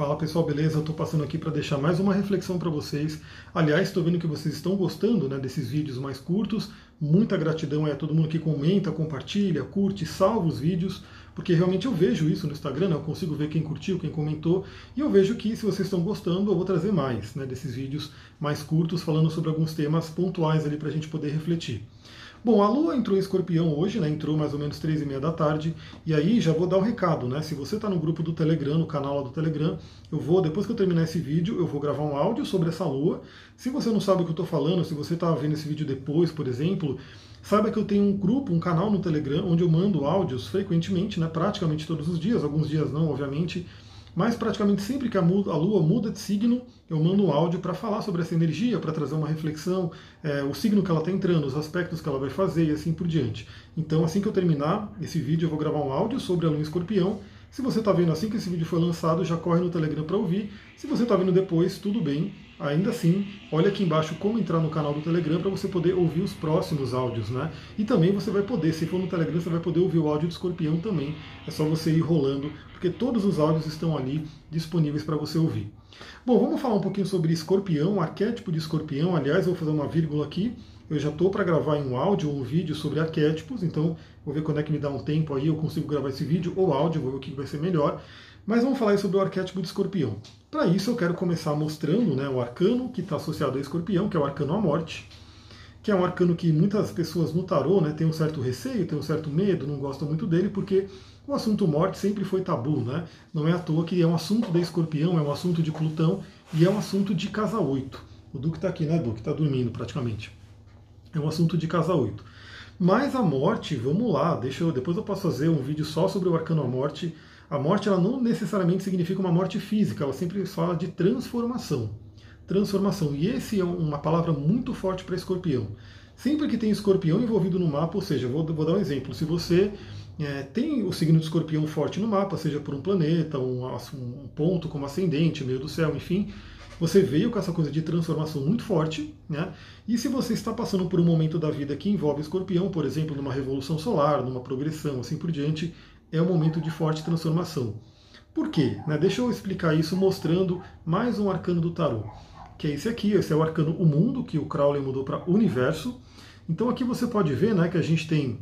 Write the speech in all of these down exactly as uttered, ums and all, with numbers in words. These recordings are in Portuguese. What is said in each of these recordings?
Fala pessoal, beleza? Eu estou passando aqui para deixar mais uma reflexão para vocês. Aliás, estou vendo que vocês estão gostando, né, desses vídeos mais curtos. Muita gratidão a todo mundo que comenta, compartilha, curte, salva os vídeos, porque realmente eu vejo isso no Instagram, né, eu consigo ver quem curtiu, quem comentou, e eu vejo que se vocês estão gostando, eu vou trazer mais, né, desses vídeos mais curtos, falando sobre alguns temas pontuais ali para a gente poder refletir. Bom, a Lua entrou em Escorpião hoje, né? Entrou mais ou menos três e meia da tarde. E aí já vou dar um recado, né? Se você está no grupo do Telegram, no canal lá do Telegram, eu vou, depois que eu terminar esse vídeo, eu vou gravar um áudio sobre essa Lua. Se você não sabe o que eu estou falando, se você está vendo esse vídeo depois, por exemplo, saiba que eu tenho um grupo, um canal no Telegram, onde eu mando áudios frequentemente, né? Praticamente todos os dias, alguns dias não, obviamente. Mas praticamente sempre que a Lua muda de signo, eu mando um áudio para falar sobre essa energia, para trazer uma reflexão, é, o signo que ela está entrando, os aspectos que ela vai fazer e assim por diante. Então, assim que eu terminar esse vídeo, eu vou gravar um áudio sobre a Lua em Escorpião. Se você está vendo assim que esse vídeo foi lançado, já corre no Telegram para ouvir. Se você está vendo depois, tudo bem. Ainda assim, olha aqui embaixo como entrar no canal do Telegram para você poder ouvir os próximos áudios, né? E também você vai poder, se for no Telegram, você vai poder ouvir o áudio do Escorpião também. É só você ir rolando, porque todos os áudios estão ali disponíveis para você ouvir. Bom, vamos falar um pouquinho sobre Escorpião, arquétipo de Escorpião. Aliás, eu vou fazer uma vírgula aqui. Eu já estou para gravar em um áudio ou um vídeo sobre arquétipos, então vou ver quando é que me dá um tempo aí, eu consigo gravar esse vídeo ou áudio, vou ver o que vai ser melhor. Mas vamos falar aí sobre o arquétipo de Escorpião. Para isso eu quero começar mostrando, né, o arcano que está associado a Escorpião, que é o arcano à morte, que é um arcano que muitas pessoas no tarô, né, têm um certo receio, têm um certo medo, não gostam muito dele, porque o assunto morte sempre foi tabu, né? Não é à toa que é um assunto da Escorpião, é um assunto de Plutão e é um assunto de casa oito. O Duque está aqui, né, Duque? Está dormindo praticamente. É um assunto de casa oito. Mas a morte, vamos lá, deixa eu, depois eu posso fazer um vídeo só sobre o arcano à morte. A morte ela não necessariamente significa uma morte física, ela sempre fala de transformação. Transformação. E esse é uma palavra muito forte para Escorpião. Sempre que tem Escorpião envolvido no mapa, ou seja, vou, vou dar um exemplo. Se você é, tem o signo de Escorpião forte no mapa, seja por um planeta, um, um ponto como ascendente, meio do céu, enfim, você veio com essa coisa de transformação muito forte, né? E se você está passando por um momento da vida que envolve Escorpião, por exemplo, numa revolução solar, numa progressão, assim por diante, é um momento de forte transformação. Por quê? Né? Deixa eu explicar isso mostrando mais um arcano do tarô, que é esse aqui. Esse é o arcano O Mundo, que o Crowley mudou para Universo. Então aqui você pode ver, né, que a gente tem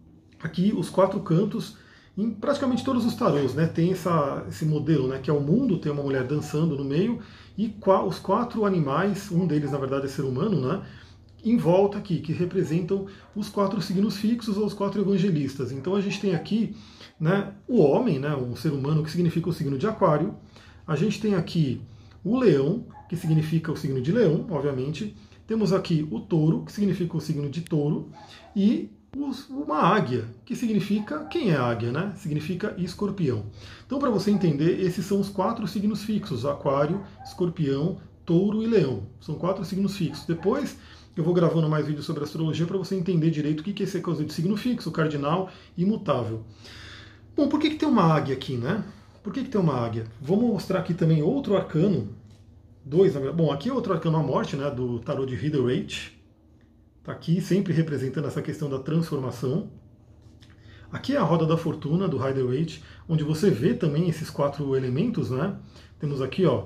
aqui os quatro cantos. Em praticamente todos os tarôs, né, tem essa, esse modelo, né, que é o mundo, tem uma mulher dançando no meio, e os quatro animais, um deles na verdade é ser humano, né, em volta aqui, que representam os quatro signos fixos ou os quatro evangelistas. Então a gente tem aqui, né, o homem, né, um ser humano que significa o signo de Aquário, a gente tem aqui o leão, que significa o signo de leão, obviamente, temos aqui o touro, que significa o signo de touro, e uma águia, que significa, quem é a águia, né? Significa escorpião. Então, para você entender, esses são os quatro signos fixos: Aquário, Escorpião, Touro e Leão. São quatro signos fixos. Depois eu vou gravando mais vídeos sobre astrologia para você entender direito o que é esse coisa de signo fixo, cardinal e imutável. Bom, por que, que tem uma águia aqui, né? Por que, que tem uma águia? Vamos mostrar aqui também outro arcano. Dois, bom, aqui é outro arcano à morte, né? Do tarô de Rider-Waite. Está aqui sempre representando essa questão da transformação. Aqui é a roda da fortuna do Rider-Waite, onde você vê também esses quatro elementos, né? Temos aqui, ó,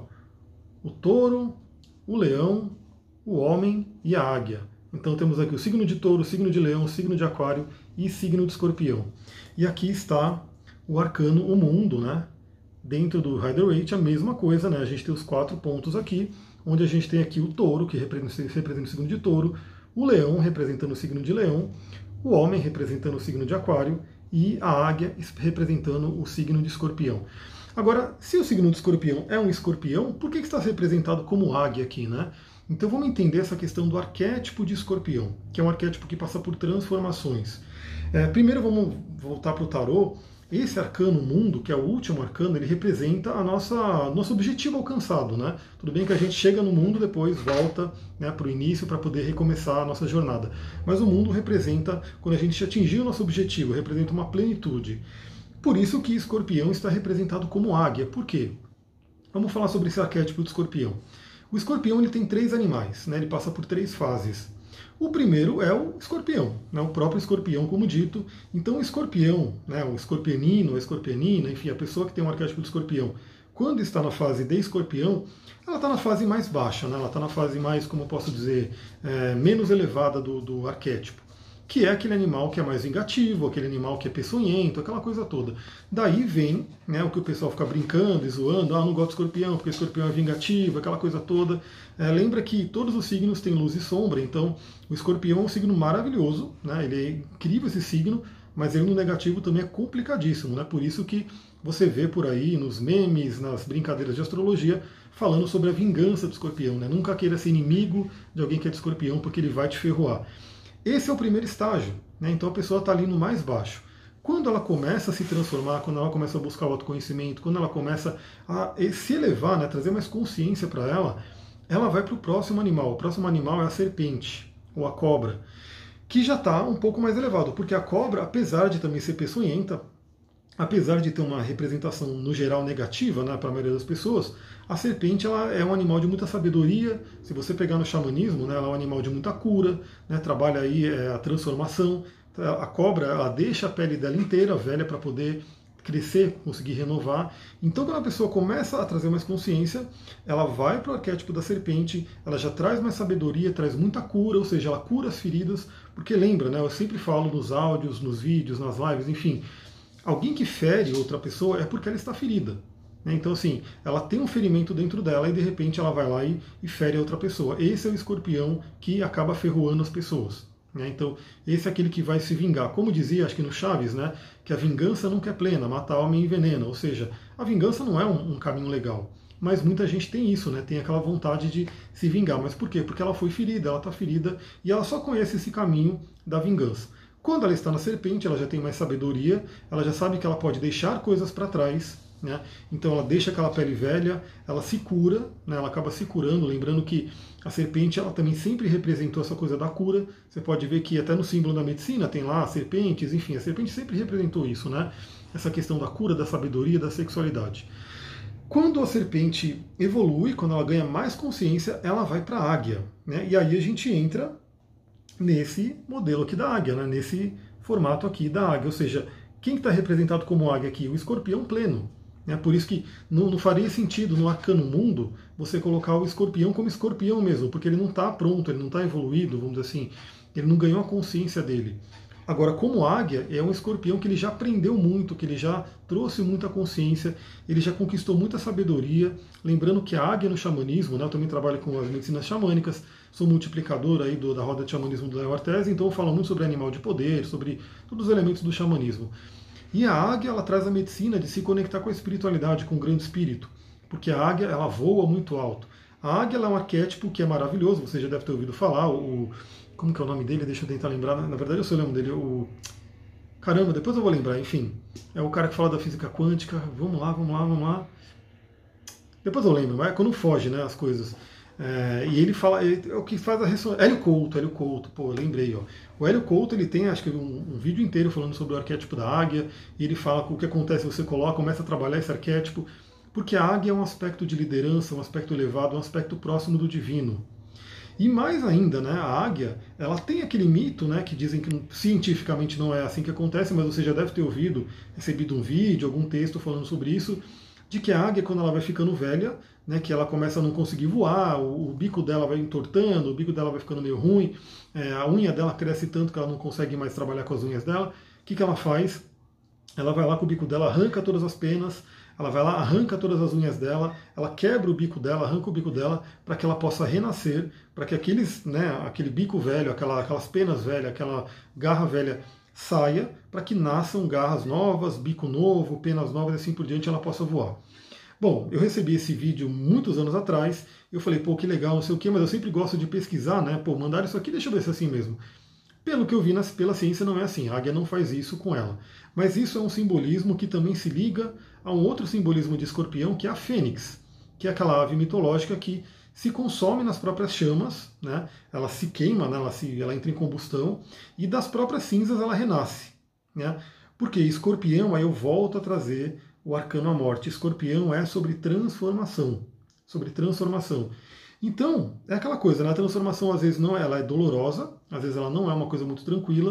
o touro, o leão, o homem e a águia. Então temos aqui o signo de touro, o signo de leão, o signo de aquário e signo de escorpião. E aqui está o arcano, o mundo, né? Dentro do Rider-Waite a mesma coisa, né? A gente tem os quatro pontos aqui, onde a gente tem aqui o touro, que representa, representa o signo de touro, o leão representando o signo de leão, o homem representando o signo de aquário e a águia representando o signo de escorpião. Agora, se o signo de escorpião é um escorpião, por que está representado como águia aqui, né? Então vamos entender essa questão do arquétipo de escorpião, que é um arquétipo que passa por transformações. É, primeiro vamos voltar para o tarô. Esse arcano mundo, que é o último arcano, ele representa a nossa nosso objetivo alcançado, né? Tudo bem que a gente chega no mundo, depois volta, né, para o início para poder recomeçar a nossa jornada. Mas o mundo representa, quando a gente atingir o nosso objetivo, representa uma plenitude. Por isso que Escorpião está representado como águia. Por quê? Vamos falar sobre esse arquétipo do Escorpião. O Escorpião ele tem três animais, né? Ele passa por três fases. O primeiro é o escorpião, né, o próprio escorpião, como dito. Então o escorpião, né, o escorpionino, a escorpionina, enfim, a pessoa que tem um arquétipo de escorpião, quando está na fase de escorpião, ela está na fase mais baixa, né? Ela está na fase mais, como eu posso dizer, é, menos elevada do, do arquétipo, que é aquele animal que é mais vingativo, aquele animal que é peçonhento, aquela coisa toda. Daí vem, né, o que o pessoal fica brincando e zoando, ah, não gosto de escorpião, porque escorpião é vingativo, aquela coisa toda. É, lembra que todos os signos têm luz e sombra, então o escorpião é um signo maravilhoso, né, ele é incrível esse signo, mas ele no negativo também é complicadíssimo, né, por isso que você vê por aí nos memes, nas brincadeiras de astrologia, falando sobre a vingança do escorpião, né, nunca queira ser inimigo de alguém que é de escorpião, porque ele vai te ferroar. Esse é o primeiro estágio, né? Então a pessoa está ali no mais baixo. Quando ela começa a se transformar, quando ela começa a buscar o autoconhecimento, quando ela começa a se elevar, né, trazer mais consciência para ela, ela vai para o próximo animal. O próximo animal é a serpente, ou a cobra, que já está um pouco mais elevado, porque a cobra, apesar de também ser peçonhenta, apesar de ter uma representação no geral negativa, né, para a maioria das pessoas, a serpente ela é um animal de muita sabedoria. Se você pegar no xamanismo, né, ela é um animal de muita cura, né, trabalha aí é, a transformação. A cobra ela deixa a pele dela inteira velha para poder crescer, conseguir renovar. Então, quando a pessoa começa a trazer mais consciência, ela vai para o arquétipo da serpente, ela já traz mais sabedoria, traz muita cura, ou seja, ela cura as feridas, porque lembra, né, eu sempre falo nos áudios, nos vídeos, nas lives, enfim, alguém que fere outra pessoa é porque ela está ferida. Então, assim, ela tem um ferimento dentro dela e de repente ela vai lá e, e fere a outra pessoa. Esse é o escorpião que acaba ferroando as pessoas. Né? Então, esse é aquele que vai se vingar. Como dizia, acho que no Chaves, né, que a vingança nunca é plena, mata a alma e envenena. Ou seja, a vingança não é um, um caminho legal. Mas muita gente tem isso, né? Tem aquela vontade de se vingar. Mas por quê? Porque ela foi ferida, ela está ferida e ela só conhece esse caminho da vingança. Quando ela está na serpente, ela já tem mais sabedoria, ela já sabe que ela pode deixar coisas para trás, né? Então ela deixa aquela pele velha, ela se cura, né? Ela acaba se curando, lembrando que a serpente ela também sempre representou essa coisa da cura. Você pode ver que até no símbolo da medicina tem lá serpentes, enfim, a serpente sempre representou isso, né? Essa questão da cura, da sabedoria, da sexualidade. Quando a serpente evolui, quando ela ganha mais consciência, ela vai para a águia, né? E aí a gente entra nesse modelo aqui da águia, né? Nesse formato aqui da águia. Ou seja, quem está representado como águia aqui? O escorpião pleno. Né? Por isso que não, não faria sentido no arcano mundo você colocar o escorpião como escorpião mesmo, porque ele não está pronto, ele não está evoluído, vamos dizer assim, ele não ganhou a consciência dele. Agora, como águia, é um escorpião que ele já aprendeu muito, que ele já trouxe muita consciência, ele já conquistou muita sabedoria. Lembrando que a águia no xamanismo, né, eu também trabalho com as medicinas xamânicas, sou multiplicador aí do, da roda de xamanismo do Léo Artese, então eu falo muito sobre animal de poder, sobre todos os elementos do xamanismo. E a águia, ela traz a medicina de se conectar com a espiritualidade, com o grande espírito, porque a águia, ela voa muito alto. A águia ela é um arquétipo que é maravilhoso, você já deve ter ouvido falar, o... Como que é o nome dele? Deixa eu tentar lembrar. Na verdade, eu só lembro dele. O... Caramba, depois eu vou lembrar. Enfim, é o cara que fala da física quântica. Vamos lá, vamos lá, vamos lá. Depois eu lembro, mas é quando foge, né, as coisas. É, e ele fala, ele, é o que faz a ressonância. Hélio Couto, Hélio Couto, pô, eu lembrei, ó. O Hélio Couto, ele tem, acho que um, um vídeo inteiro falando sobre o arquétipo da águia. E ele fala o que acontece se você coloca, começa a trabalhar esse arquétipo. Porque a águia é um aspecto de liderança, um aspecto elevado, um aspecto próximo do divino. E mais ainda, né, a águia, ela tem aquele mito, né, que dizem que cientificamente não é assim que acontece, mas você já deve ter ouvido, recebido um vídeo, algum texto falando sobre isso, de que a águia, quando ela vai ficando velha, né, que ela começa a não conseguir voar, o, o bico dela vai entortando, o bico dela vai ficando meio ruim, é, a unha dela cresce tanto que ela não consegue mais trabalhar com as unhas dela. O que, que ela faz? Ela vai lá com o bico dela, arranca todas as penas, ela vai lá, arranca todas as unhas dela, ela quebra o bico dela, arranca o bico dela, para que ela possa renascer, para que aqueles, né, aquele bico velho, aquela, aquelas penas velhas, aquela garra velha saia, para que nasçam garras novas, bico novo, penas novas e assim por diante, ela possa voar. Bom, eu recebi esse vídeo muitos anos atrás, eu falei, pô, que legal, não sei o quê, mas eu sempre gosto de pesquisar, né, pô, mandaram isso aqui, deixa eu ver se é assim mesmo. Pelo que eu vi nas, pela ciência não é assim, a águia não faz isso com ela. Mas isso é um simbolismo que também se liga a um outro simbolismo de escorpião, que é a fênix, que é aquela ave mitológica que se consome nas próprias chamas, né? Ela se queima, né? ela, se, ela entra em combustão, e das próprias cinzas ela renasce. Né? Porque escorpião, aí eu volto a trazer o arcano à morte. Escorpião é sobre transformação, sobre transformação. Então, é aquela coisa, né? A transformação às vezes não é, ela é dolorosa, às vezes ela não é uma coisa muito tranquila,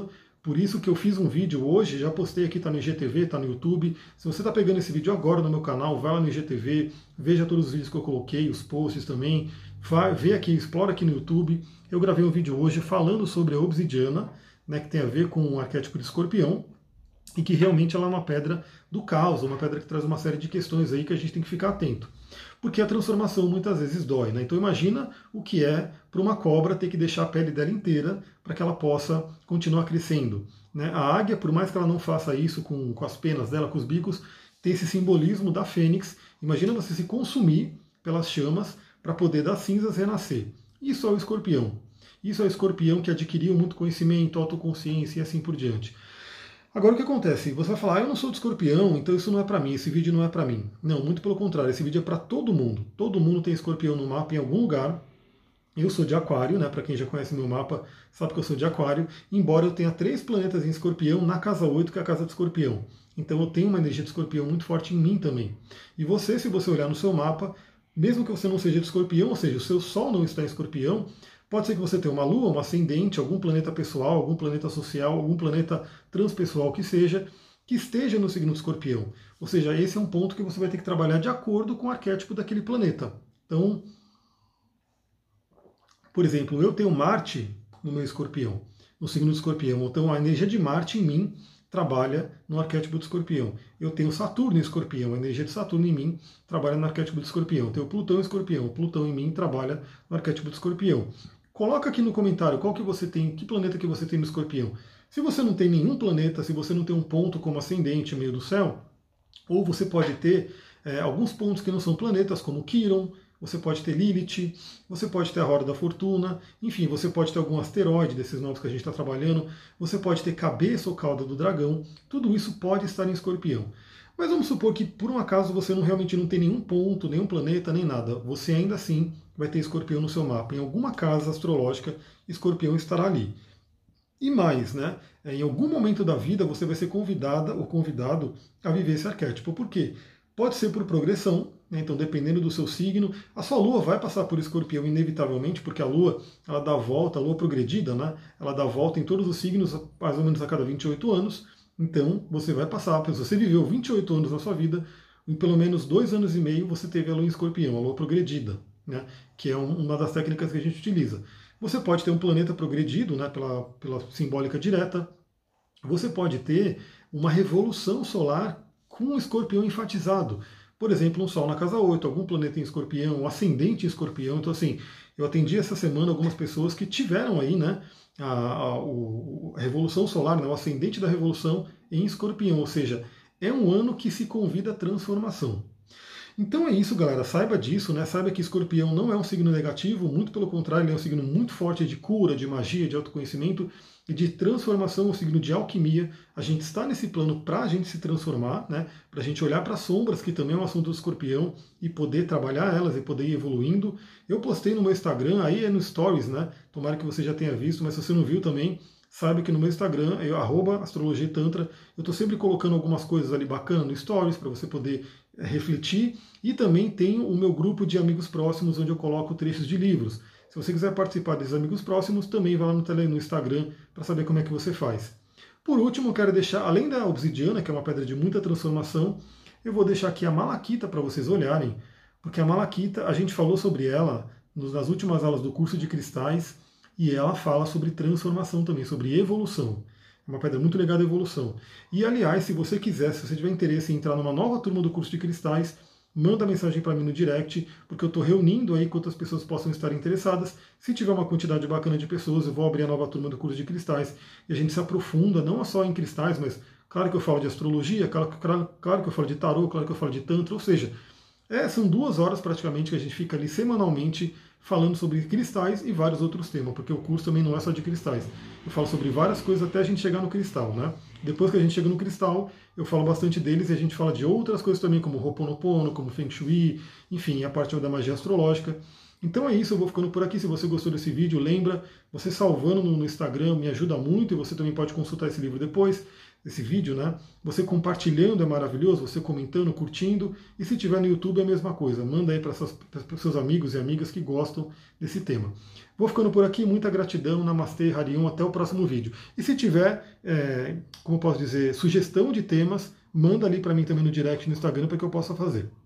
Por isso que eu fiz um vídeo hoje, já postei aqui, está no I G T V, está no YouTube. Se você está pegando esse vídeo agora no meu canal, vai lá no I G T V, veja todos os vídeos que eu coloquei, os posts também, vai, vê aqui, explora aqui no YouTube. Eu gravei um vídeo hoje falando sobre a obsidiana, né, que tem a ver com o arquétipo de escorpião, e que realmente ela é uma pedra do caos, uma pedra que traz uma série de questões aí que a gente tem que ficar atento. Porque a transformação muitas vezes dói, né? Então imagina o que é para uma cobra ter que deixar a pele dela inteira para que ela possa continuar crescendo. Né? A águia, por mais que ela não faça isso com, com as penas dela, com os bicos, tem esse simbolismo da fênix. Imagina você se consumir pelas chamas para poder das cinzas renascer. Isso é o escorpião. Isso é o escorpião que adquiriu muito conhecimento, autoconsciência e assim por diante. Agora o que acontece? Você vai falar, ah, eu não sou de escorpião, então isso não é para mim, esse vídeo não é para mim. Não, muito pelo contrário, esse vídeo é para todo mundo. Todo mundo tem escorpião no mapa em algum lugar. Eu sou de aquário, né? Para quem já conhece meu mapa, sabe que eu sou de aquário, embora eu tenha três planetas em escorpião na casa oito, que é a casa de escorpião. Então eu tenho uma energia de escorpião muito forte em mim também. E você, se você olhar no seu mapa, mesmo que você não seja de escorpião, ou seja, o seu Sol não está em escorpião, pode ser que você tenha uma lua, um ascendente, algum planeta pessoal, algum planeta social, algum planeta transpessoal que seja, que esteja no signo de escorpião. Ou seja, esse é um ponto que você vai ter que trabalhar de acordo com o arquétipo daquele planeta. Então, por exemplo, eu tenho Marte no meu escorpião, no signo de escorpião. Então a energia de Marte em mim trabalha no arquétipo do escorpião. Eu tenho Saturno em escorpião, a energia de Saturno em mim trabalha no arquétipo do escorpião. Eu tenho Plutão em escorpião, Plutão em mim trabalha no arquétipo do escorpião. Coloca aqui no comentário qual que você tem, que planeta que você tem no escorpião. Se você não tem nenhum planeta, se você não tem um ponto como ascendente no meio do céu, ou você pode ter é, alguns pontos que não são planetas, como Quiron, você pode ter Lilith, você pode ter a Roda da Fortuna, enfim, você pode ter algum asteroide desses novos que a gente está trabalhando, você pode ter cabeça ou cauda do dragão, tudo isso pode estar em escorpião. Mas vamos supor que por um acaso você não realmente não tem nenhum ponto, nenhum planeta, nem nada. Você ainda assim vai ter escorpião no seu mapa. Em alguma casa astrológica, escorpião estará ali. E mais, né? Em algum momento da vida você vai ser convidada ou convidado a viver esse arquétipo. Por quê? Pode ser por progressão, né? Então dependendo do seu signo, a sua lua vai passar por escorpião inevitavelmente, porque a lua ela dá a volta, a lua progredida, né? Ela dá a volta em todos os signos mais ou menos a cada vinte e oito anos. Então, você vai passar, se você viveu vinte e oito anos na sua vida, em pelo menos dois anos e meio você teve a lua em escorpião, a lua progredida, né, que é uma das técnicas que a gente utiliza. Você pode ter um planeta progredido, né, pela, pela simbólica direta, você pode ter uma revolução solar com um escorpião enfatizado. Por exemplo, um Sol na casa oito, algum planeta em escorpião, um ascendente em escorpião. Então, assim, eu atendi essa semana algumas pessoas que tiveram aí, né, a, a, a Revolução Solar, né, o ascendente da Revolução em escorpião. Ou seja, é um ano que se convida à transformação. Então é isso, galera. Saiba disso, né? Saiba que escorpião não é um signo negativo, muito pelo contrário, ele é um signo muito forte de cura, de magia, de autoconhecimento e de transformação, um signo de alquimia. A gente está nesse plano para a gente se transformar, né? Para a gente olhar para as sombras, que também é um assunto do escorpião, e poder trabalhar elas e poder ir evoluindo. Eu postei no meu Instagram, aí é no Stories, né? Tomara que você já tenha visto, mas se você não viu também, saiba que no meu Instagram, eu, arroba Astrologia Tantra, eu estou sempre colocando algumas coisas ali bacanas no Stories para você poder é, refletir. E também tenho o meu grupo de amigos próximos, onde eu coloco trechos de livros. Se você quiser participar desses amigos próximos, também vai lá no, tele, no Instagram para saber como é que você faz. Por último, eu quero deixar, além da obsidiana, que é uma pedra de muita transformação, eu vou deixar aqui a malaquita para vocês olharem, porque a malaquita, a gente falou sobre ela nas últimas aulas do curso de cristais, e ela fala sobre transformação também, sobre evolução. É uma pedra muito ligada à evolução. E, aliás, se você quiser, se você tiver interesse em entrar numa nova turma do curso de cristais, manda mensagem para mim no direct, porque eu estou reunindo aí quantas pessoas possam estar interessadas. Se tiver uma quantidade bacana de pessoas, eu vou abrir a nova turma do curso de cristais, e a gente se aprofunda, não só em cristais, mas claro que eu falo de astrologia, claro, claro, claro que eu falo de tarô, claro que eu falo de tantra, ou seja, é, são duas horas praticamente que a gente fica ali semanalmente falando sobre cristais e vários outros temas, porque o curso também não é só de cristais. Eu falo sobre várias coisas até a gente chegar no cristal, né? Depois que a gente chega no cristal, eu falo bastante deles e a gente fala de outras coisas também, como Ho'oponopono, como Feng Shui, enfim, a parte da magia astrológica. Então é isso, eu vou ficando por aqui. Se você gostou desse vídeo, lembra, você salvando no Instagram me ajuda muito, e você também pode consultar esse livro depois. esse vídeo, né? Você compartilhando é maravilhoso, você comentando, curtindo, e se tiver no YouTube é a mesma coisa. Manda aí para os seus amigos e amigas que gostam desse tema. Vou ficando por aqui, muita gratidão, Namastê, Harion, até o próximo vídeo. E se tiver, é, como posso dizer, sugestão de temas, manda ali para mim também no direct no Instagram para que eu possa fazer.